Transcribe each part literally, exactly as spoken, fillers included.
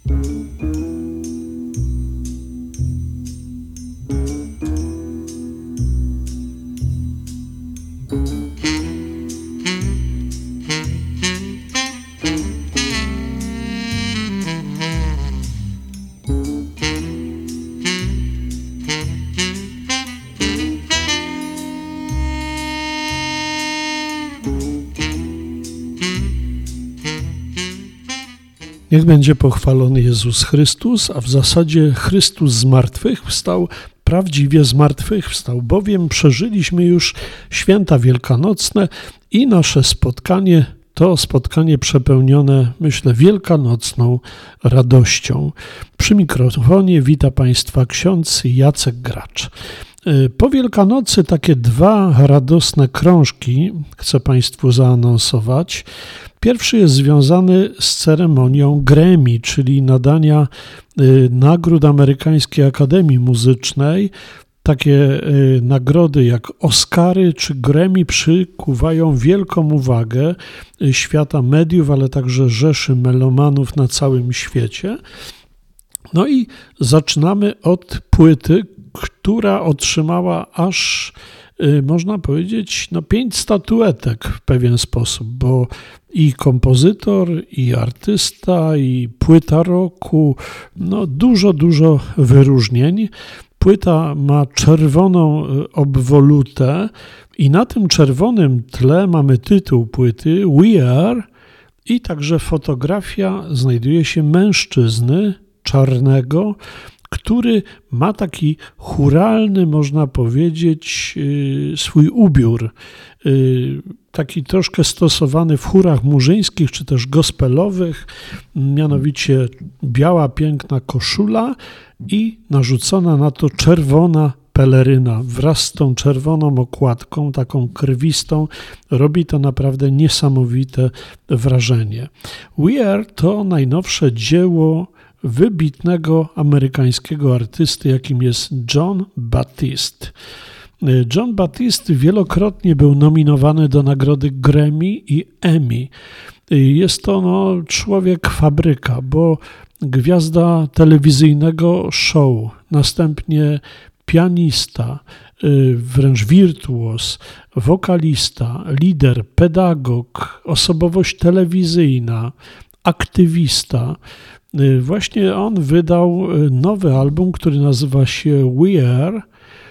Niech będzie pochwalony Jezus Chrystus, a w zasadzie Chrystus zmartwychwstał, prawdziwie zmartwychwstał, bowiem przeżyliśmy już święta wielkanocne i nasze spotkanie to spotkanie przepełnione, myślę, wielkanocną radością. Przy mikrofonie wita Państwa ksiądz Jacek Gracz. Po Wielkanocy takie dwa radosne krążki chcę Państwu zaanonsować. Pierwszy jest związany z ceremonią Grammy, czyli nadania nagród Amerykańskiej Akademii Muzycznej. Takie nagrody jak Oscary czy Grammy przykuwają wielką uwagę świata mediów, ale także rzeszy melomanów na całym świecie. No i zaczynamy od płyty, która otrzymała aż, można powiedzieć, no pięć statuetek w pewien sposób, bo i kompozytor, i artysta, i płyta roku, no dużo, dużo wyróżnień. Płyta ma czerwoną obwolutę i na tym czerwonym tle mamy tytuł płyty We Are i także fotografia znajduje się mężczyzny czarnego, który ma taki chóralny, można powiedzieć, swój ubiór, taki troszkę stosowany w chórach murzyńskich czy też gospelowych, mianowicie biała, piękna koszula i narzucona na to czerwona peleryna wraz z tą czerwoną okładką, taką krwistą, robi to naprawdę niesamowite wrażenie. We Are to najnowsze dzieło wybitnego amerykańskiego artysty, jakim jest Jon Batiste. Jon Batiste wielokrotnie był nominowany do nagrody Grammy i Emmy. Jest to no, człowiek fabryka, bo gwiazda telewizyjnego show, następnie pianista, wręcz wirtuos, wokalista, lider, pedagog, osobowość telewizyjna, aktywista. Właśnie on wydał nowy album, który nazywa się We Are.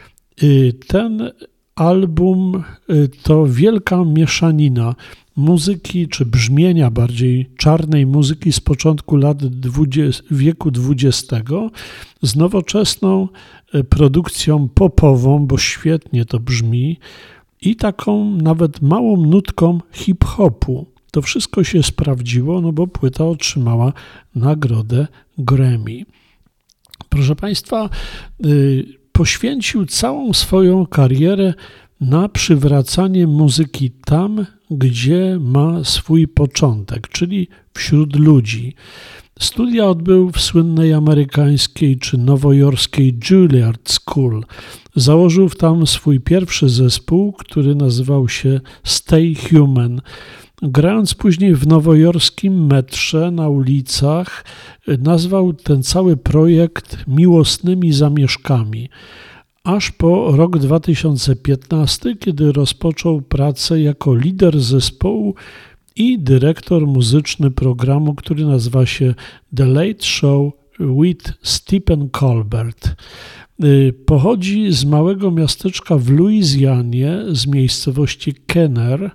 Ten album to wielka mieszanina muzyki, czy brzmienia bardziej czarnej muzyki z początku lat dwudziestego, wieku dwudziestego z nowoczesną produkcją popową, bo świetnie to brzmi, i taką nawet małą nutką hip-hopu. To wszystko się sprawdziło, no bo płyta otrzymała nagrodę Grammy. Proszę Państwa, yy, poświęcił całą swoją karierę na przywracanie muzyki tam, gdzie ma swój początek, czyli wśród ludzi. Studia odbył w słynnej amerykańskiej czy nowojorskiej Juilliard School. Założył tam swój pierwszy zespół, który nazywał się Stay Human. Grając później w nowojorskim metrze na ulicach, nazwał ten cały projekt Miłosnymi Zamieszkami. Aż po rok dwa tysiące piętnasty, kiedy rozpoczął pracę jako lider zespołu i dyrektor muzyczny programu, który nazywa się The Late Show with Stephen Colbert. Pochodzi z małego miasteczka w Luizjanie, z miejscowości Kenner,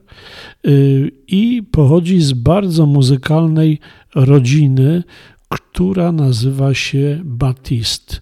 i pochodzi z bardzo muzykalnej rodziny, która nazywa się Batiste.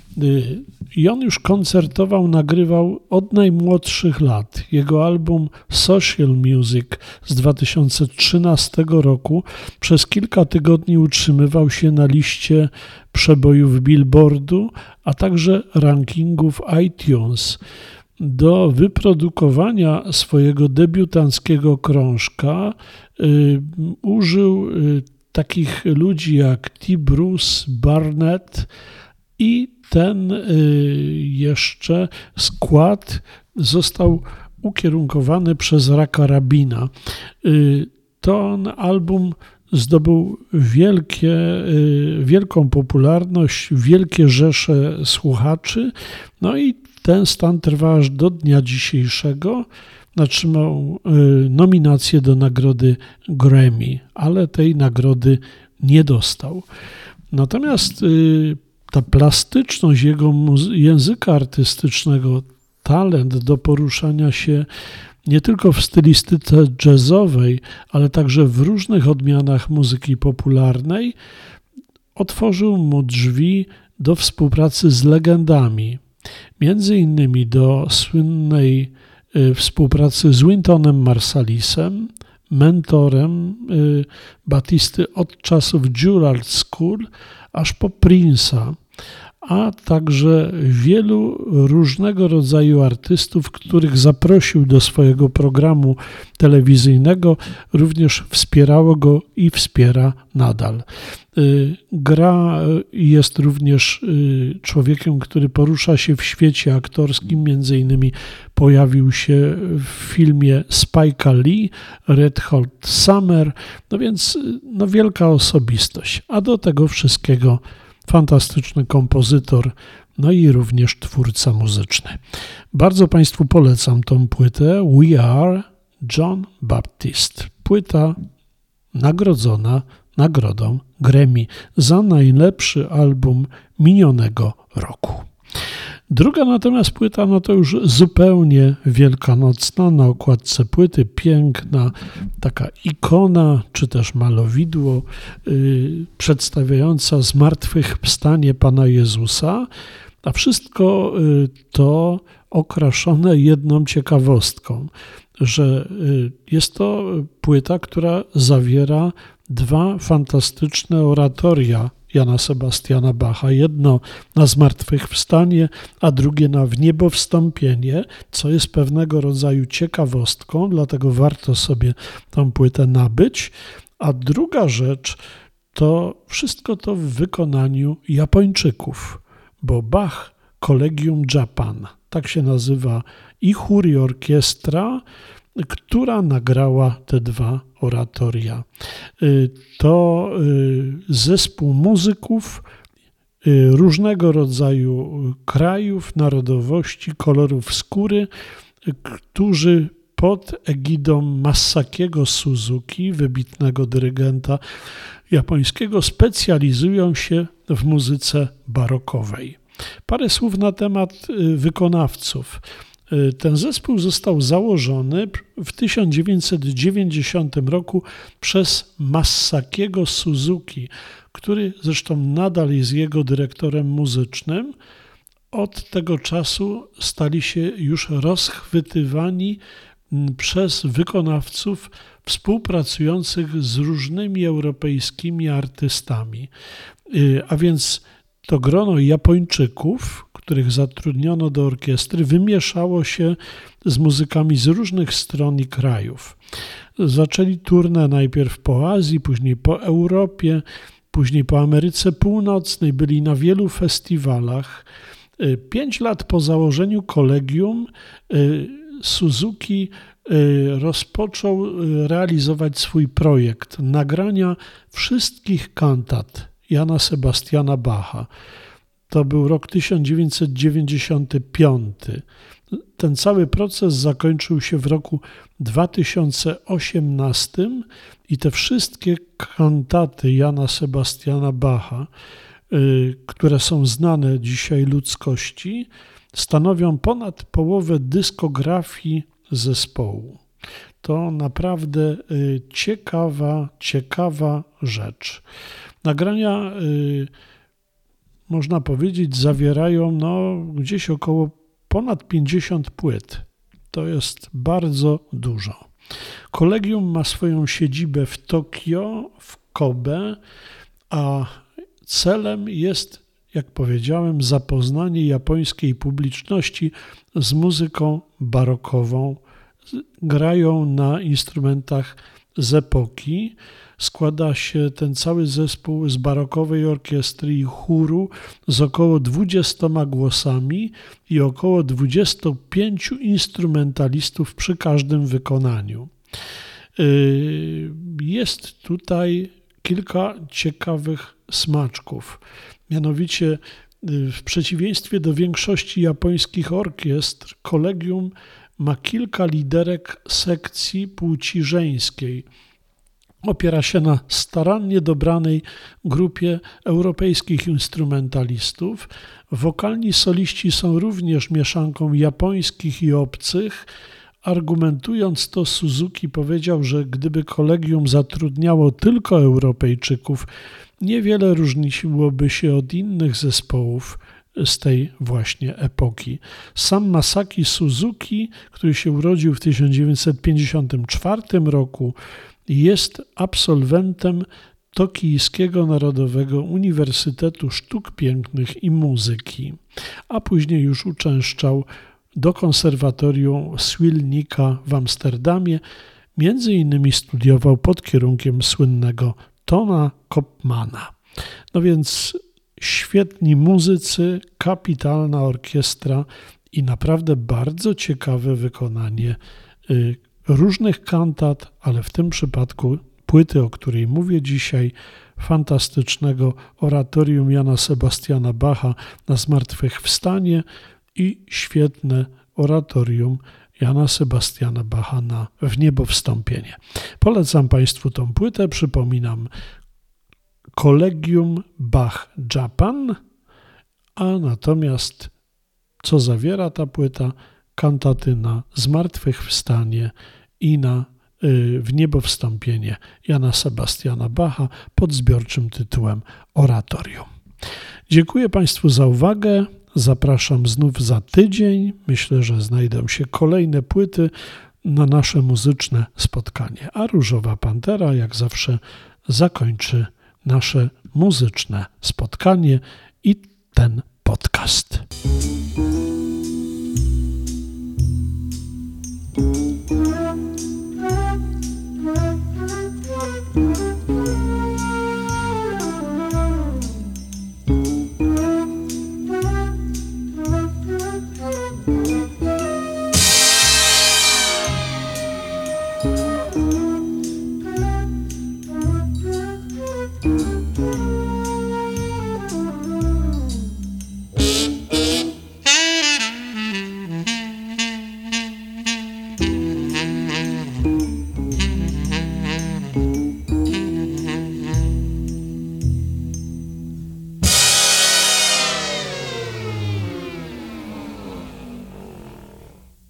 I on już koncertował, nagrywał od najmłodszych lat. Jego album Social Music z dwa tysiące trzynastego roku przez kilka tygodni utrzymywał się na liście przebojów Billboardu, a także rankingów iTunes. Do wyprodukowania swojego debiutanckiego krążka y, użył y, takich ludzi jak T. Bruce Barnett i ten jeszcze skład został ukierunkowany przez Raka Rabina. Ten album zdobył wielkie, wielką popularność, wielkie rzesze słuchaczy, no i ten stan trwa aż do dnia dzisiejszego. Otrzymał nominację do nagrody Grammy, ale tej nagrody nie dostał. Natomiast ta plastyczność jego języka artystycznego, talent do poruszania się nie tylko w stylistyce jazzowej, ale także w różnych odmianach muzyki popularnej, otworzył mu drzwi do współpracy z legendami. Między innymi do słynnej współpracy z Wyntonem Marsalisem, mentorem Batisty od czasów Juilliard School aż po Prince'a, a także wielu różnego rodzaju artystów, których zaprosił do swojego programu telewizyjnego, również wspierało go i wspiera nadal. Gra jest również człowiekiem, który porusza się w świecie aktorskim, między innymi pojawił się w filmie Spike'a Lee, Red Hot Summer, no więc no wielka osobistość, a do tego wszystkiego fantastyczny kompozytor, no i również twórca muzyczny. Bardzo Państwu polecam tą płytę We Are John Baptist. Płyta nagrodzona nagrodą Grammy za najlepszy album minionego roku. Druga natomiast płyta, no to już zupełnie wielkanocna, na okładce płyty piękna, taka ikona, czy też malowidło yy, przedstawiająca zmartwychwstanie Pana Jezusa, a wszystko yy, to okraszone jedną ciekawostką, że yy, jest to płyta, która zawiera dwa fantastyczne oratoria Jana Sebastiana Bacha. Jedno na zmartwychwstanie, a drugie na wniebowstąpienie, co jest pewnego rodzaju ciekawostką, dlatego warto sobie tę płytę nabyć. A druga rzecz to wszystko to w wykonaniu Japończyków, bo Bach Collegium Japan, tak się nazywa i chór i orkiestra, która nagrała te dwa oratoria. To zespół muzyków różnego rodzaju krajów, narodowości, kolorów skóry, którzy pod egidą Masakiego Suzuki, wybitnego dyrygenta japońskiego, specjalizują się w muzyce barokowej. Parę słów na temat wykonawców. Ten zespół został założony w tysiąc dziewięćset dziewięćdziesiątym roku przez Masakiego Suzuki, który zresztą nadal jest jego dyrektorem muzycznym. Od tego czasu stali się już rozchwytywani przez wykonawców współpracujących z różnymi europejskimi artystami. A więc to grono Japończyków, których zatrudniono do orkiestry, wymieszało się z muzykami z różnych stron i krajów. Zaczęli turnę najpierw po Azji, później po Europie, później po Ameryce Północnej, byli na wielu festiwalach. Pięć lat po założeniu kolegium Suzuki rozpoczął realizować swój projekt nagrania wszystkich kantat Jana Sebastiana Bacha. To był rok tysiąc dziewięćset dziewięćdziesiąty piąty. Ten cały proces zakończył się w roku dwa tysiące osiemnastym i te wszystkie kantaty Jana Sebastiana Bacha, y, które są znane dzisiaj ludzkości, stanowią ponad połowę dyskografii zespołu. To naprawdę y, ciekawa, ciekawa rzecz. Nagrania, y, można powiedzieć, zawierają no, gdzieś około ponad pięćdziesiąt płyt. To jest bardzo dużo. Kolegium ma swoją siedzibę w Tokio, w Kobe, a celem jest, jak powiedziałem, zapoznanie japońskiej publiczności z muzyką barokową. Grają na instrumentach z epoki. Składa się ten cały zespół z barokowej orkiestry i chóru z około dwudziestoma głosami i około dwudziestu pięciu instrumentalistów przy każdym wykonaniu. Jest tutaj kilka ciekawych smaczków. Mianowicie w przeciwieństwie do większości japońskich orkiestr, Collegium ma kilka liderek sekcji płci żeńskiej. Opiera się na starannie dobranej grupie europejskich instrumentalistów. Wokalni soliści są również mieszanką japońskich i obcych. Argumentując to, Suzuki powiedział, że gdyby kolegium zatrudniało tylko Europejczyków, niewiele różniłoby się od innych zespołów z tej właśnie epoki. Sam Masaki Suzuki, który się urodził w tysiąc dziewięćset pięćdziesiątym czwartym roku, jest absolwentem Tokijskiego Narodowego Uniwersytetu Sztuk Pięknych i Muzyki, a później już uczęszczał do konserwatorium Swilnika w Amsterdamie. Między innymi studiował pod kierunkiem słynnego Tona Kopmana. No więc świetni muzycy, kapitalna orkiestra i naprawdę bardzo ciekawe wykonanie y, różnych kantat, ale w tym przypadku płyty, o której mówię dzisiaj, fantastycznego oratorium Jana Sebastiana Bacha na Zmartwychwstanie i świetne oratorium Jana Sebastiana Bacha na Wniebowstąpienie. Polecam Państwu tą płytę, przypominam, Collegium Bach Japan, a natomiast co zawiera ta płyta? Kantaty na Zmartwychwstanie i na y, Wniebowstąpienie Jana Sebastiana Bacha pod zbiorczym tytułem Oratorium. Dziękuję Państwu za uwagę. Zapraszam znów za tydzień. Myślę, że znajdą się kolejne płyty na nasze muzyczne spotkanie. A Różowa Pantera, jak zawsze, zakończy nasze muzyczne spotkanie i ten podcast.